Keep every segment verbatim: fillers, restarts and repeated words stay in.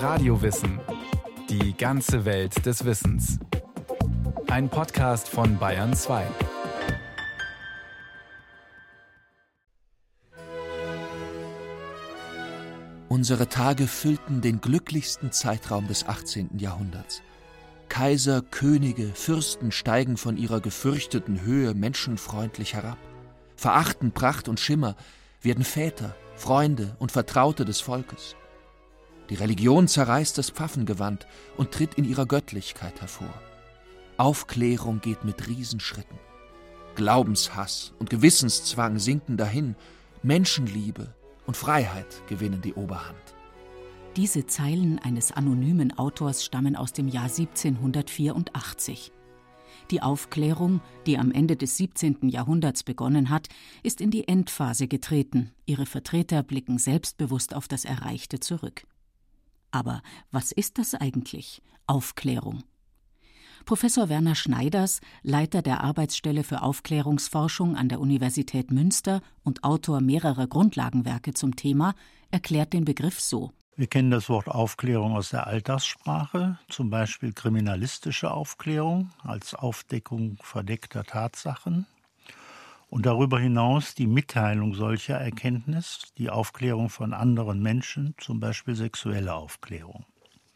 Radiowissen. Die ganze Welt des Wissens. Ein Podcast von Bayern zwei. Unsere Tage füllten den glücklichsten Zeitraum des achtzehnten Jahrhunderts. Kaiser, Könige, Fürsten steigen von ihrer gefürchteten Höhe menschenfreundlich herab, verachten Pracht und Schimmer, werden Väter, Freunde und Vertraute des Volkes. Die Religion zerreißt das Pfaffengewand und tritt in ihrer Göttlichkeit hervor. Aufklärung geht mit Riesenschritten. Glaubenshass und Gewissenszwang sinken dahin, Menschenliebe und Freiheit gewinnen die Oberhand. Diese Zeilen eines anonymen Autors stammen aus dem Jahr siebzehnhundertvierundachtzig. Die Aufklärung, die am Ende des siebzehnten Jahrhunderts begonnen hat, ist in die Endphase getreten. Ihre Vertreter blicken selbstbewusst auf das Erreichte zurück. Aber was ist das eigentlich, Aufklärung? Professor Werner Schneiders, Leiter der Arbeitsstelle für Aufklärungsforschung an der Universität Münster und Autor mehrerer Grundlagenwerke zum Thema, erklärt den Begriff so. Wir kennen das Wort Aufklärung aus der Alltagssprache, zum Beispiel kriminalistische Aufklärung als Aufdeckung verdeckter Tatsachen und darüber hinaus die Mitteilung solcher Erkenntnis, die Aufklärung von anderen Menschen, zum Beispiel sexuelle Aufklärung.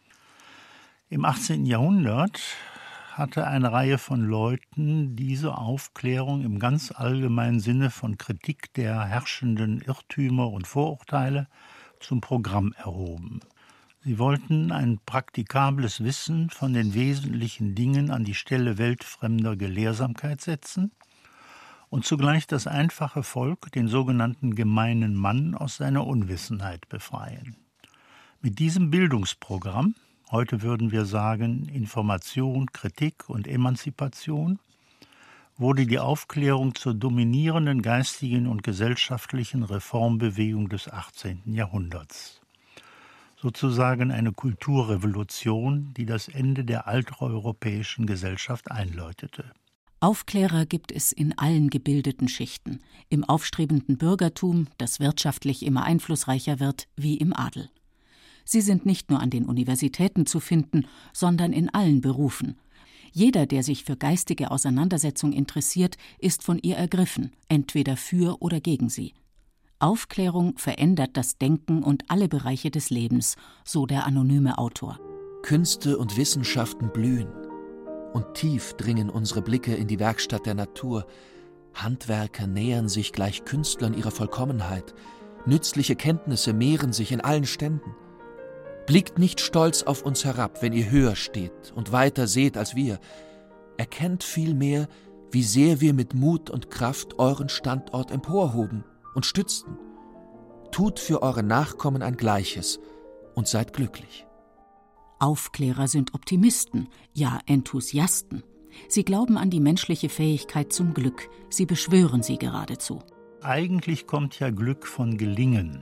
Im achtzehnten Jahrhundert hatte eine Reihe von Leuten diese Aufklärung im ganz allgemeinen Sinne von Kritik der herrschenden Irrtümer und Vorurteile zum Programm erhoben. Sie wollten ein praktikables Wissen von den wesentlichen Dingen an die Stelle weltfremder Gelehrsamkeit setzen und zugleich das einfache Volk, den sogenannten gemeinen Mann, aus seiner Unwissenheit befreien. Mit diesem Bildungsprogramm, heute würden wir sagen Information, Kritik und Emanzipation, wurde die Aufklärung zur dominierenden geistigen und gesellschaftlichen Reformbewegung des achtzehnten Jahrhunderts. Sozusagen eine Kulturrevolution, die das Ende der alteuropäischen Gesellschaft einläutete. Aufklärer gibt es in allen gebildeten Schichten, im aufstrebenden Bürgertum, das wirtschaftlich immer einflussreicher wird, wie im Adel. Sie sind nicht nur an den Universitäten zu finden, sondern in allen Berufen. Jeder, der sich für geistige Auseinandersetzung interessiert, ist von ihr ergriffen, entweder für oder gegen sie. Aufklärung verändert das Denken und alle Bereiche des Lebens, so der anonyme Autor. Künste und Wissenschaften blühen. Und tief dringen unsere Blicke in die Werkstatt der Natur. Handwerker nähern sich gleich Künstlern ihrer Vollkommenheit. Nützliche Kenntnisse mehren sich in allen Ständen. Blickt nicht stolz auf uns herab, wenn ihr höher steht und weiter seht als wir. Erkennt vielmehr, wie sehr wir mit Mut und Kraft euren Standort emporhoben und stützten. Tut für eure Nachkommen ein Gleiches und seid glücklich. Aufklärer sind Optimisten, ja Enthusiasten. Sie glauben an die menschliche Fähigkeit zum Glück. Sie beschwören sie geradezu. Eigentlich kommt ja Glück von Gelingen.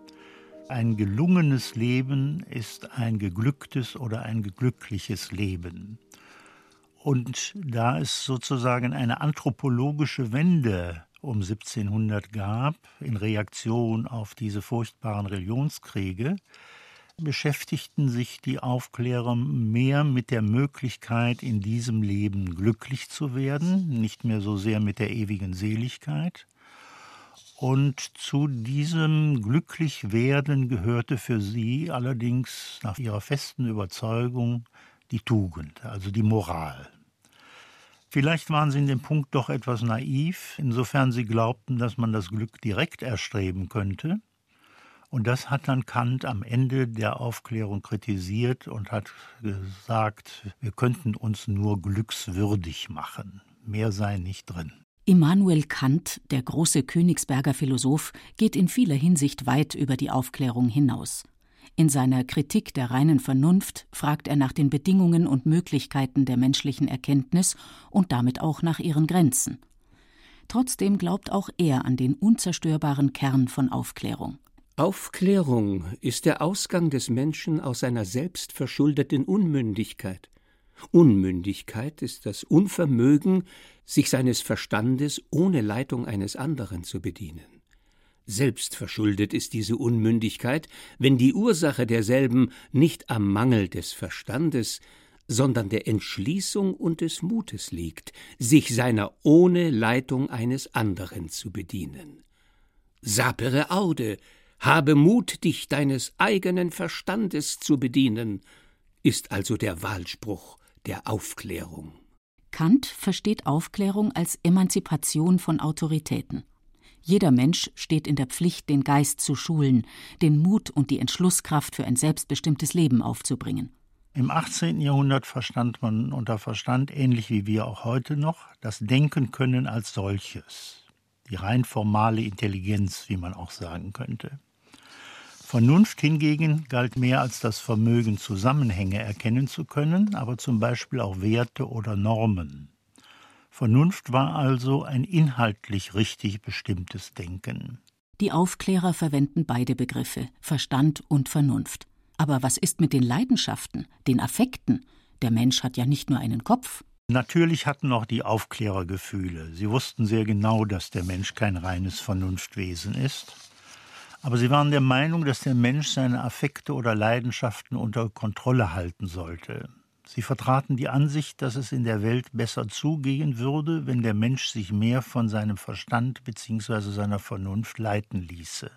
Ein gelungenes Leben ist ein geglücktes oder ein glückliches Leben. Und da es sozusagen eine anthropologische Wende um siebzehnhundert gab, in Reaktion auf diese furchtbaren Religionskriege, beschäftigten sich die Aufklärer mehr mit der Möglichkeit, in diesem Leben glücklich zu werden, nicht mehr so sehr mit der ewigen Seligkeit. Und zu diesem Glücklichwerden gehörte für sie allerdings nach ihrer festen Überzeugung die Tugend, also die Moral. Vielleicht waren sie in dem Punkt doch etwas naiv, insofern sie glaubten, dass man das Glück direkt erstreben könnte. Und das hat dann Kant am Ende der Aufklärung kritisiert und hat gesagt, wir könnten uns nur glückswürdig machen. Mehr sei nicht drin. Immanuel Kant, der große Königsberger Philosoph, geht in vieler Hinsicht weit über die Aufklärung hinaus. In seiner Kritik der reinen Vernunft fragt er nach den Bedingungen und Möglichkeiten der menschlichen Erkenntnis und damit auch nach ihren Grenzen. Trotzdem glaubt auch er an den unzerstörbaren Kern von Aufklärung. Aufklärung ist der Ausgang des Menschen aus seiner selbstverschuldeten Unmündigkeit. Unmündigkeit ist das Unvermögen, sich seines Verstandes ohne Leitung eines anderen zu bedienen. Selbstverschuldet ist diese Unmündigkeit, wenn die Ursache derselben nicht am Mangel des Verstandes, sondern der Entschließung und des Mutes liegt, sich seiner ohne Leitung eines anderen zu bedienen. Sapere aude, habe Mut, dich deines eigenen Verstandes zu bedienen, ist also der Wahlspruch der Aufklärung. Kant versteht Aufklärung als Emanzipation von Autoritäten. Jeder Mensch steht in der Pflicht, den Geist zu schulen, den Mut und die Entschlusskraft für ein selbstbestimmtes Leben aufzubringen. Im achtzehnten Jahrhundert verstand man unter Verstand, ähnlich wie wir auch heute noch, das Denken können als solches. Die rein formale Intelligenz, wie man auch sagen könnte. Vernunft hingegen galt mehr als das Vermögen, Zusammenhänge erkennen zu können, aber zum Beispiel auch Werte oder Normen. Vernunft war also ein inhaltlich richtig bestimmtes Denken. Die Aufklärer verwenden beide Begriffe, Verstand und Vernunft. Aber was ist mit den Leidenschaften, den Affekten? Der Mensch hat ja nicht nur einen Kopf. Natürlich hatten auch die Aufklärer Gefühle. Sie wussten sehr genau, dass der Mensch kein reines Vernunftwesen ist. Aber sie waren der Meinung, dass der Mensch seine Affekte oder Leidenschaften unter Kontrolle halten sollte. Sie vertraten die Ansicht, dass es in der Welt besser zugehen würde, wenn der Mensch sich mehr von seinem Verstand bzw. seiner Vernunft leiten ließe.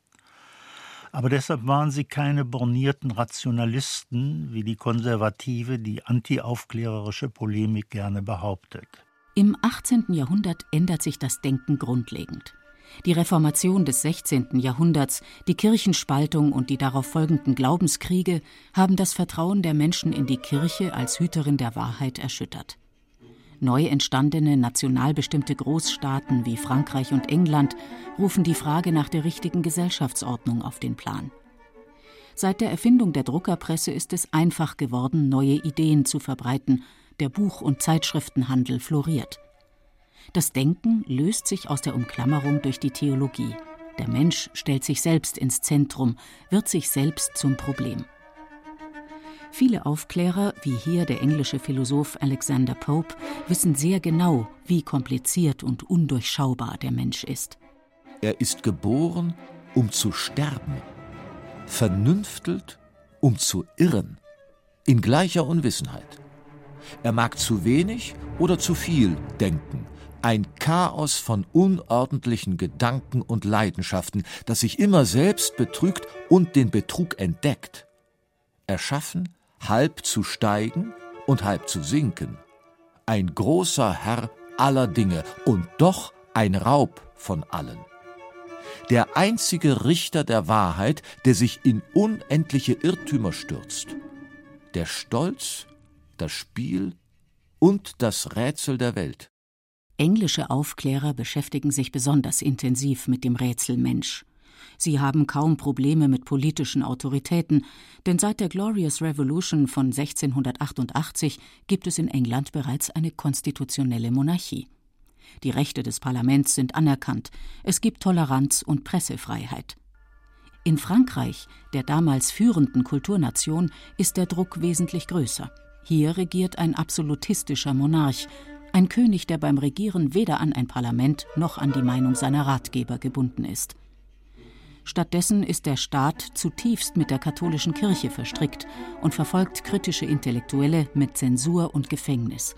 Aber deshalb waren sie keine bornierten Rationalisten, wie die konservative, die antiaufklärerische Polemik gerne behauptet. Im achtzehnten Jahrhundert ändert sich das Denken grundlegend. Die Reformation des sechzehnten Jahrhunderts, die Kirchenspaltung und die darauf folgenden Glaubenskriege haben das Vertrauen der Menschen in die Kirche als Hüterin der Wahrheit erschüttert. Neu entstandene, national bestimmte Großstaaten wie Frankreich und England rufen die Frage nach der richtigen Gesellschaftsordnung auf den Plan. Seit der Erfindung der Druckerpresse ist es einfach geworden, neue Ideen zu verbreiten. Der Buch- und Zeitschriftenhandel floriert. Das Denken löst sich aus der Umklammerung durch die Theologie. Der Mensch stellt sich selbst ins Zentrum, wird sich selbst zum Problem. Viele Aufklärer, wie hier der englische Philosoph Alexander Pope, wissen sehr genau, wie kompliziert und undurchschaubar der Mensch ist. Er ist geboren, um zu sterben, vernünftelt, um zu irren, in gleicher Unwissenheit. Er mag zu wenig oder zu viel denken, ein Chaos von unordentlichen Gedanken und Leidenschaften, das sich immer selbst betrügt und den Betrug entdeckt. Erschaffen, halb zu steigen und halb zu sinken. Ein großer Herr aller Dinge und doch ein Raub von allen. Der einzige Richter der Wahrheit, der sich in unendliche Irrtümer stürzt. Der Stolz, das Spiel und das Rätsel der Welt. Englische Aufklärer beschäftigen sich besonders intensiv mit dem Rätsel Mensch. Sie haben kaum Probleme mit politischen Autoritäten, denn seit der Glorious Revolution von sechzehnhundertachtundachtzig gibt es in England bereits eine konstitutionelle Monarchie. Die Rechte des Parlaments sind anerkannt, es gibt Toleranz und Pressefreiheit. In Frankreich, der damals führenden Kulturnation, ist der Druck wesentlich größer. Hier regiert ein absolutistischer Monarch, ein König, der beim Regieren weder an ein Parlament noch an die Meinung seiner Ratgeber gebunden ist. Stattdessen ist der Staat zutiefst mit der katholischen Kirche verstrickt und verfolgt kritische Intellektuelle mit Zensur und Gefängnis.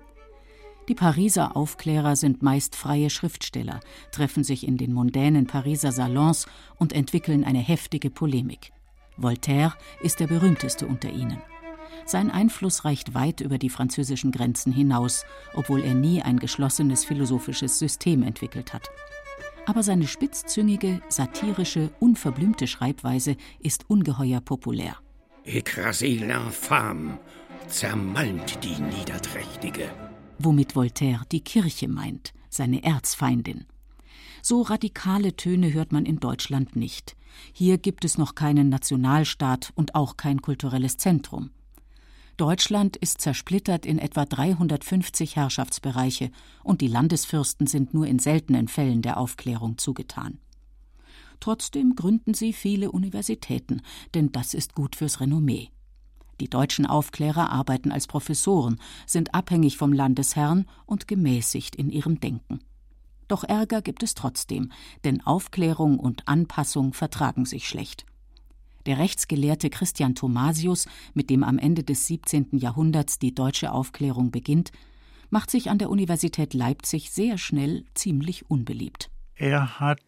Die Pariser Aufklärer sind meist freie Schriftsteller, treffen sich in den mondänen Pariser Salons und entwickeln eine heftige Polemik. Voltaire ist der berühmteste unter ihnen. Sein Einfluss reicht weit über die französischen Grenzen hinaus, obwohl er nie ein geschlossenes philosophisches System entwickelt hat. Aber seine spitzzüngige, satirische, unverblümte Schreibweise ist ungeheuer populär. Écrasez l'infâme, zermalmt die Niederträchtige. Womit Voltaire die Kirche meint, seine Erzfeindin. So radikale Töne hört man in Deutschland nicht. Hier gibt es noch keinen Nationalstaat und auch kein kulturelles Zentrum. Deutschland ist zersplittert in etwa dreihundertfünfzig Herrschaftsbereiche und die Landesfürsten sind nur in seltenen Fällen der Aufklärung zugetan. Trotzdem gründen sie viele Universitäten, denn das ist gut fürs Renommee. Die deutschen Aufklärer arbeiten als Professoren, sind abhängig vom Landesherrn und gemäßigt in ihrem Denken. Doch Ärger gibt es trotzdem, denn Aufklärung und Anpassung vertragen sich schlecht. Der Rechtsgelehrte Christian Thomasius, mit dem am Ende des siebzehnten Jahrhunderts die deutsche Aufklärung beginnt, macht sich an der Universität Leipzig sehr schnell ziemlich unbeliebt. Er hat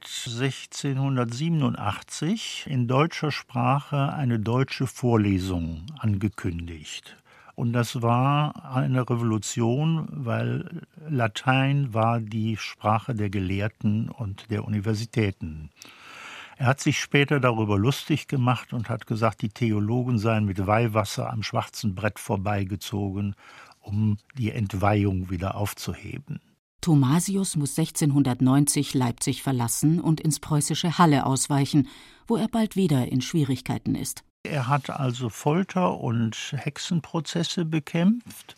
sechzehnhundertsiebenundachtzig in deutscher Sprache eine deutsche Vorlesung angekündigt. Und das war eine Revolution, weil Latein war die Sprache der Gelehrten und der Universitäten. Er hat sich später darüber lustig gemacht und hat gesagt, die Theologen seien mit Weihwasser am schwarzen Brett vorbeigezogen, um die Entweihung wieder aufzuheben. Thomasius muss sechzehnhundertneunzig Leipzig verlassen und ins preußische Halle ausweichen, wo er bald wieder in Schwierigkeiten ist. Er hat also Folter- und Hexenprozesse bekämpft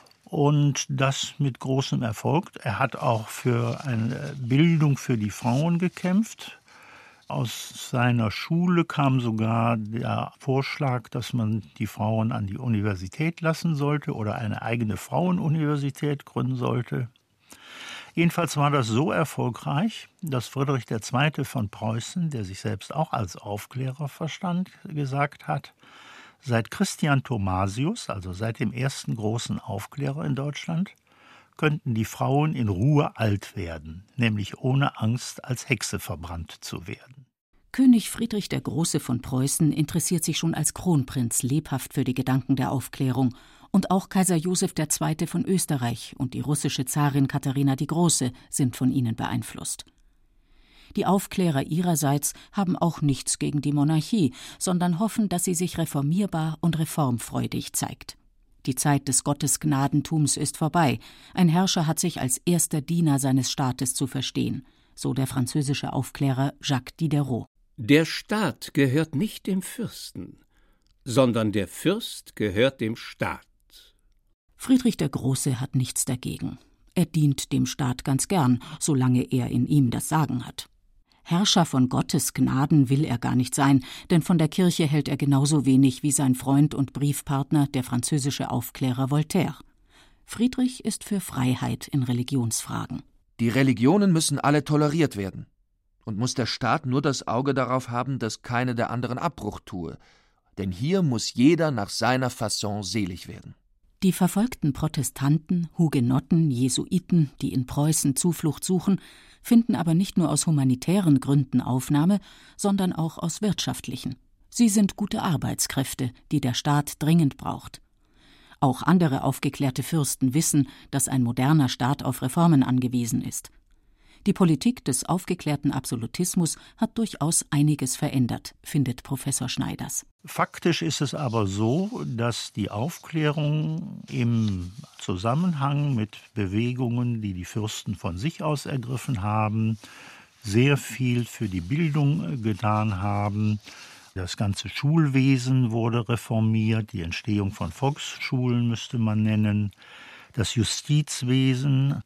und das mit großem Erfolg. Er hat auch für eine Bildung für die Frauen gekämpft. Aus seiner Schule kam sogar der Vorschlag, dass man die Frauen an die Universität lassen sollte oder eine eigene Frauenuniversität gründen sollte. Jedenfalls war das so erfolgreich, dass Friedrich der Zweite von Preußen, der sich selbst auch als Aufklärer verstand, gesagt hat, seit Christian Thomasius, also seit dem ersten großen Aufklärer in Deutschland, könnten die Frauen in Ruhe alt werden, nämlich ohne Angst, als Hexe verbrannt zu werden. König Friedrich der Große von Preußen interessiert sich schon als Kronprinz lebhaft für die Gedanken der Aufklärung. Und auch Kaiser Joseph der Zweite von Österreich und die russische Zarin Katharina die Große sind von ihnen beeinflusst. Die Aufklärer ihrerseits haben auch nichts gegen die Monarchie, sondern hoffen, dass sie sich reformierbar und reformfreudig zeigt. Die Zeit des Gottesgnadentums ist vorbei. Ein Herrscher hat sich als erster Diener seines Staates zu verstehen, so der französische Aufklärer Jacques Diderot. Der Staat gehört nicht dem Fürsten, sondern der Fürst gehört dem Staat. Friedrich der Große hat nichts dagegen. Er dient dem Staat ganz gern, solange er in ihm das Sagen hat. Herrscher von Gottes Gnaden will er gar nicht sein, denn von der Kirche hält er genauso wenig wie sein Freund und Briefpartner, der französische Aufklärer Voltaire. Friedrich ist für Freiheit in Religionsfragen. Die Religionen müssen alle toleriert werden. Und muss der Staat nur das Auge darauf haben, dass keine der anderen Abbruch tue. Denn hier muss jeder nach seiner Fasson selig werden. Die verfolgten Protestanten, Hugenotten, Jesuiten, die in Preußen Zuflucht suchen, finden aber nicht nur aus humanitären Gründen Aufnahme, sondern auch aus wirtschaftlichen. Sie sind gute Arbeitskräfte, die der Staat dringend braucht. Auch andere aufgeklärte Fürsten wissen, dass ein moderner Staat auf Reformen angewiesen ist. Die Politik des aufgeklärten Absolutismus hat durchaus einiges verändert, findet Professor Schneiders. Faktisch ist es aber so, dass die Aufklärung im Zusammenhang mit Bewegungen, die die Fürsten von sich aus ergriffen haben, sehr viel für die Bildung getan haben. Das ganze Schulwesen wurde reformiert, die Entstehung von Volksschulen müsste man nennen, das Justizwesen.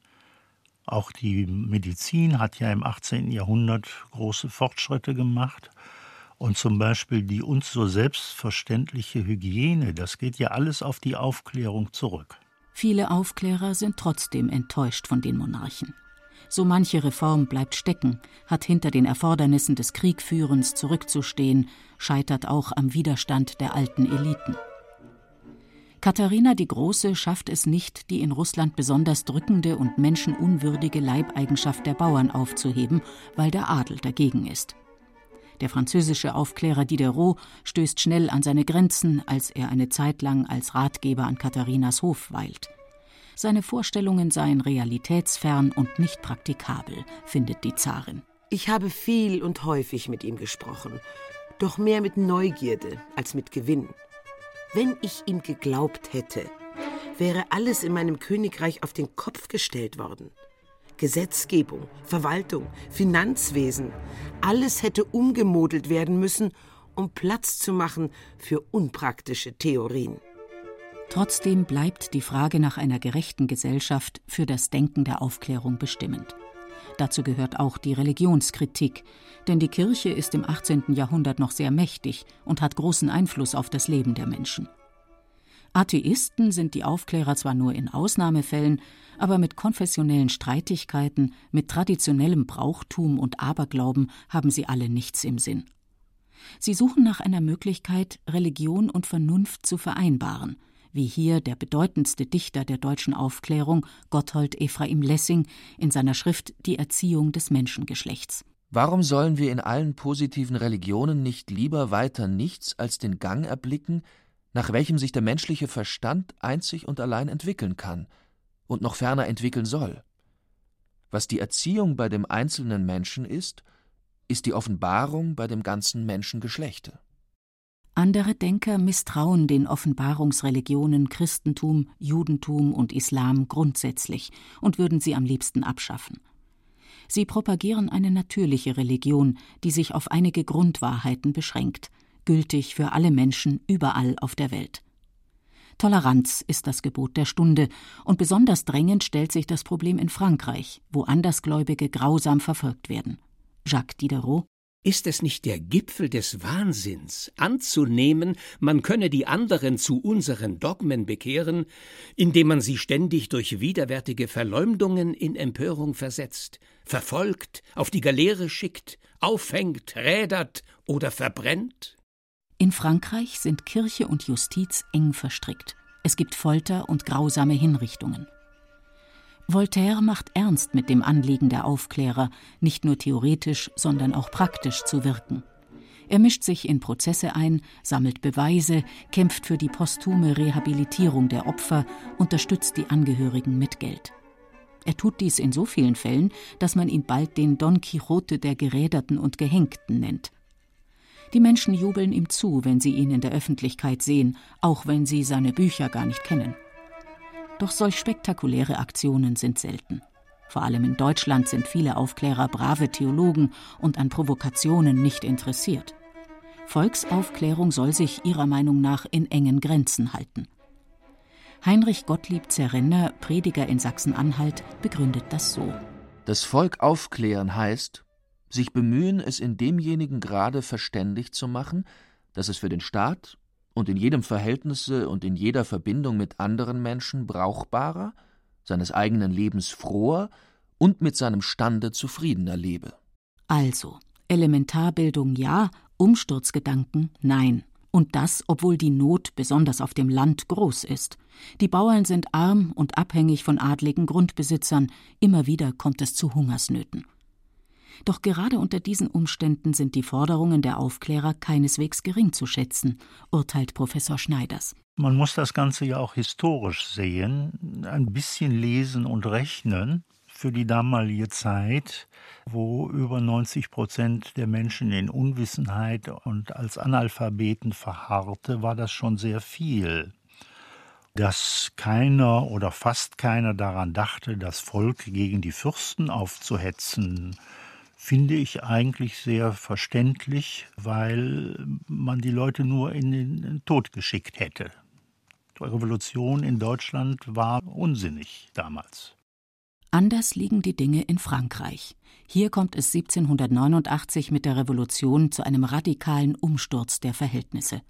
Auch die Medizin hat ja im achtzehnten Jahrhundert große Fortschritte gemacht. Und zum Beispiel die uns so selbstverständliche Hygiene, das geht ja alles auf die Aufklärung zurück. Viele Aufklärer sind trotzdem enttäuscht von den Monarchen. So manche Reform bleibt stecken, hat hinter den Erfordernissen des Kriegführens zurückzustehen, scheitert auch am Widerstand der alten Eliten. Katharina die Große schafft es nicht, die in Russland besonders drückende und menschenunwürdige Leibeigenschaft der Bauern aufzuheben, weil der Adel dagegen ist. Der französische Aufklärer Diderot stößt schnell an seine Grenzen, als er eine Zeit lang als Ratgeber an Katharinas Hof weilt. Seine Vorstellungen seien realitätsfern und nicht praktikabel, findet die Zarin. Ich habe viel und häufig mit ihm gesprochen, doch mehr mit Neugierde als mit Gewinn. Wenn ich ihm geglaubt hätte, wäre alles in meinem Königreich auf den Kopf gestellt worden. Gesetzgebung, Verwaltung, Finanzwesen, alles hätte umgemodelt werden müssen, um Platz zu machen für unpraktische Theorien. Trotzdem bleibt die Frage nach einer gerechten Gesellschaft für das Denken der Aufklärung bestimmend. Dazu gehört auch die Religionskritik, denn die Kirche ist im achtzehnten Jahrhundert noch sehr mächtig und hat großen Einfluss auf das Leben der Menschen. Atheisten sind die Aufklärer zwar nur in Ausnahmefällen, aber mit konfessionellen Streitigkeiten, mit traditionellem Brauchtum und Aberglauben haben sie alle nichts im Sinn. Sie suchen nach einer Möglichkeit, Religion und Vernunft zu vereinbaren, wie hier der bedeutendste Dichter der deutschen Aufklärung, Gotthold Ephraim Lessing, in seiner Schrift Die Erziehung des Menschengeschlechts. Warum sollen wir in allen positiven Religionen nicht lieber weiter nichts als den Gang erblicken, nach welchem sich der menschliche Verstand einzig und allein entwickeln kann und noch ferner entwickeln soll? Was die Erziehung bei dem einzelnen Menschen ist, ist die Offenbarung bei dem ganzen Menschengeschlechte. Andere Denker misstrauen den Offenbarungsreligionen Christentum, Judentum und Islam grundsätzlich und würden sie am liebsten abschaffen. Sie propagieren eine natürliche Religion, die sich auf einige Grundwahrheiten beschränkt, gültig für alle Menschen überall auf der Welt. Toleranz ist das Gebot der Stunde, und besonders drängend stellt sich das Problem in Frankreich, wo Andersgläubige grausam verfolgt werden. Jacques Diderot: Ist es nicht der Gipfel des Wahnsinns, anzunehmen, man könne die anderen zu unseren Dogmen bekehren, indem man sie ständig durch widerwärtige Verleumdungen in Empörung versetzt, verfolgt, auf die Galeere schickt, aufhängt, rädert oder verbrennt? In Frankreich sind Kirche und Justiz eng verstrickt. Es gibt Folter und grausame Hinrichtungen. Voltaire macht ernst mit dem Anliegen der Aufklärer, nicht nur theoretisch, sondern auch praktisch zu wirken. Er mischt sich in Prozesse ein, sammelt Beweise, kämpft für die posthume Rehabilitierung der Opfer, unterstützt die Angehörigen mit Geld. Er tut dies in so vielen Fällen, dass man ihn bald den Don Quixote der Geräderten und Gehängten nennt. Die Menschen jubeln ihm zu, wenn sie ihn in der Öffentlichkeit sehen, auch wenn sie seine Bücher gar nicht kennen. Doch solch spektakuläre Aktionen sind selten. Vor allem in Deutschland sind viele Aufklärer brave Theologen und an Provokationen nicht interessiert. Volksaufklärung soll sich ihrer Meinung nach in engen Grenzen halten. Heinrich Gottlieb Zerrenner, Prediger in Sachsen-Anhalt, begründet das so: Das Volk aufklären heißt, sich bemühen, es in demjenigen Grade verständig zu machen, dass es für den Staat und in jedem Verhältnisse und in jeder Verbindung mit anderen Menschen brauchbarer, seines eigenen Lebens froher und mit seinem Stande zufriedener lebe. Also, Elementarbildung ja, Umsturzgedanken nein. Und das, obwohl die Not besonders auf dem Land groß ist. Die Bauern sind arm und abhängig von adligen Grundbesitzern, immer wieder kommt es zu Hungersnöten. Doch gerade unter diesen Umständen sind die Forderungen der Aufklärer keineswegs gering zu schätzen, urteilt Professor Schneiders. Man muss das Ganze ja auch historisch sehen, ein bisschen lesen und rechnen. Für die damalige Zeit, wo über neunzig Prozent der Menschen in Unwissenheit und als Analphabeten verharrte, war das schon sehr viel. Dass keiner oder fast keiner daran dachte, das Volk gegen die Fürsten aufzuhetzen, finde ich eigentlich sehr verständlich, weil man die Leute nur in den Tod geschickt hätte. Die Revolution in Deutschland war unsinnig damals. Anders liegen die Dinge in Frankreich. Hier kommt es siebzehnhundertneunundachtzig mit der Revolution zu einem radikalen Umsturz der Verhältnisse.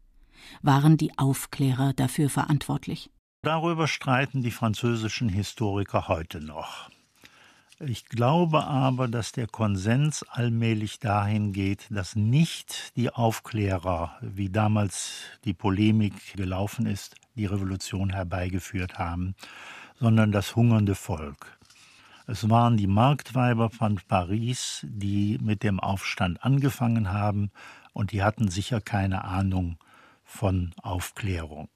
Waren die Aufklärer dafür verantwortlich? Darüber streiten die französischen Historiker heute noch. Ich glaube aber, dass der Konsens allmählich dahin geht, dass nicht die Aufklärer, wie damals die Polemik gelaufen ist, die Revolution herbeigeführt haben, sondern das hungernde Volk. Es waren die Marktweiber von Paris, die mit dem Aufstand angefangen haben, und die hatten sicher keine Ahnung von Aufklärung.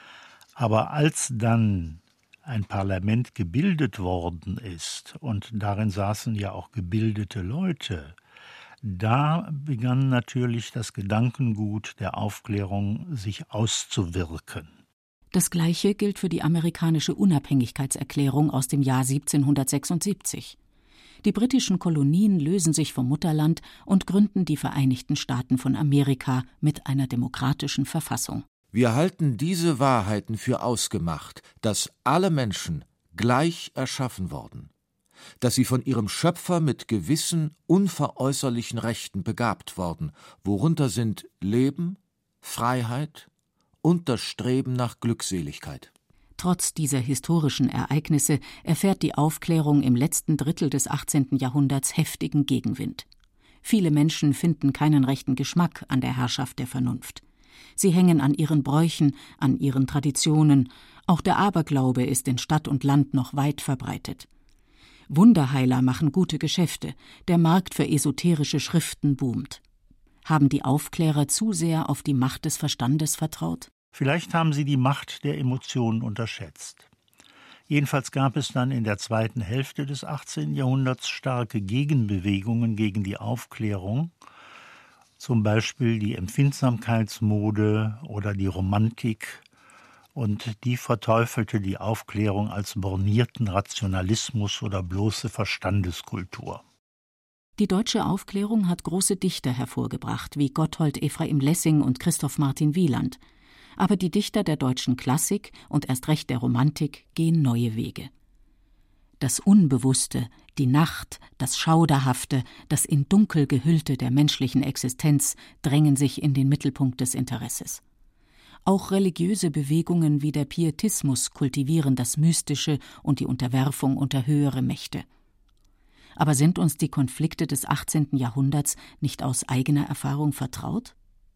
Aber als dann ein Parlament gebildet worden ist, und darin saßen ja auch gebildete Leute, da begann natürlich das Gedankengut der Aufklärung sich auszuwirken. Das Gleiche gilt für die amerikanische Unabhängigkeitserklärung aus dem Jahr siebzehnhundertsechsundsiebzig. Die britischen Kolonien lösen sich vom Mutterland und gründen die Vereinigten Staaten von Amerika mit einer demokratischen Verfassung. Wir halten diese Wahrheiten für ausgemacht, dass alle Menschen gleich erschaffen worden, dass sie von ihrem Schöpfer mit gewissen unveräußerlichen Rechten begabt worden, worunter sind Leben, Freiheit und das Streben nach Glückseligkeit. Trotz dieser historischen Ereignisse erfährt die Aufklärung im letzten Drittel des achtzehnten Jahrhunderts heftigen Gegenwind. Viele Menschen finden keinen rechten Geschmack an der Herrschaft der Vernunft. Sie hängen an ihren Bräuchen, an ihren Traditionen. Auch der Aberglaube ist in Stadt und Land noch weit verbreitet. Wunderheiler machen gute Geschäfte, der Markt für esoterische Schriften boomt. Haben die Aufklärer zu sehr auf die Macht des Verstandes vertraut? Vielleicht haben sie die Macht der Emotionen unterschätzt. Jedenfalls gab es dann in der zweiten Hälfte des achtzehnten Jahrhunderts starke Gegenbewegungen gegen die Aufklärung, zum Beispiel die Empfindsamkeitsmode oder die Romantik, und die verteufelte die Aufklärung als bornierten Rationalismus oder bloße Verstandeskultur. Die deutsche Aufklärung hat große Dichter hervorgebracht, wie Gotthold Ephraim Lessing und Christoph Martin Wieland. Aber die Dichter der deutschen Klassik und erst recht der Romantik gehen neue Wege. Das Unbewusste, die Nacht, das Schauderhafte, das in Dunkel gehüllte der menschlichen Existenz drängen sich in den Mittelpunkt des Interesses. Auch religiöse Bewegungen wie der Pietismus kultivieren das Mystische und die Unterwerfung unter höhere Mächte. Aber sind uns die Konflikte des achtzehnten Jahrhunderts nicht aus eigener Erfahrung vertraut?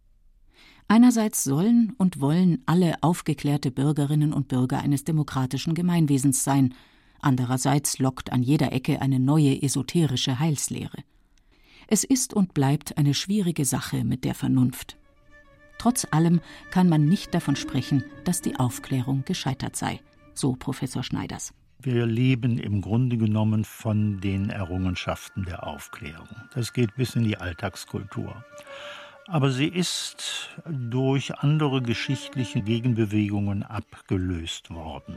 Einerseits sollen und wollen alle aufgeklärte Bürgerinnen und Bürger eines demokratischen Gemeinwesens sein, andererseits lockt an jeder Ecke eine neue esoterische Heilslehre. Es ist und bleibt eine schwierige Sache mit der Vernunft. Trotz allem kann man nicht davon sprechen, dass die Aufklärung gescheitert sei, so Professor Schneiders. Wir leben im Grunde genommen von den Errungenschaften der Aufklärung. Das geht bis in die Alltagskultur. Aber sie ist durch andere geschichtliche Gegenbewegungen abgelöst worden.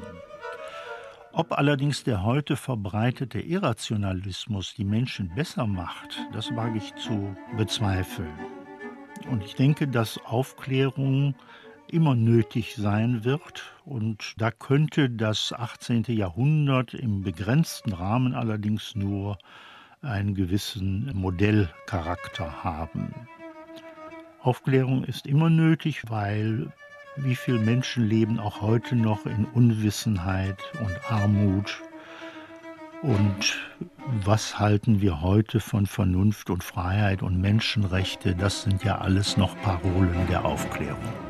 Ob allerdings der heute verbreitete Irrationalismus die Menschen besser macht, das wage ich zu bezweifeln. Und ich denke, dass Aufklärung immer nötig sein wird. Und da könnte das achtzehnte Jahrhundert im begrenzten Rahmen allerdings nur einen gewissen Modellcharakter haben. Aufklärung ist immer nötig, weil wie viele Menschen leben auch heute noch in Unwissenheit und Armut. Und was halten wir heute von Vernunft und Freiheit und Menschenrechte? Das sind ja alles noch Parolen der Aufklärung.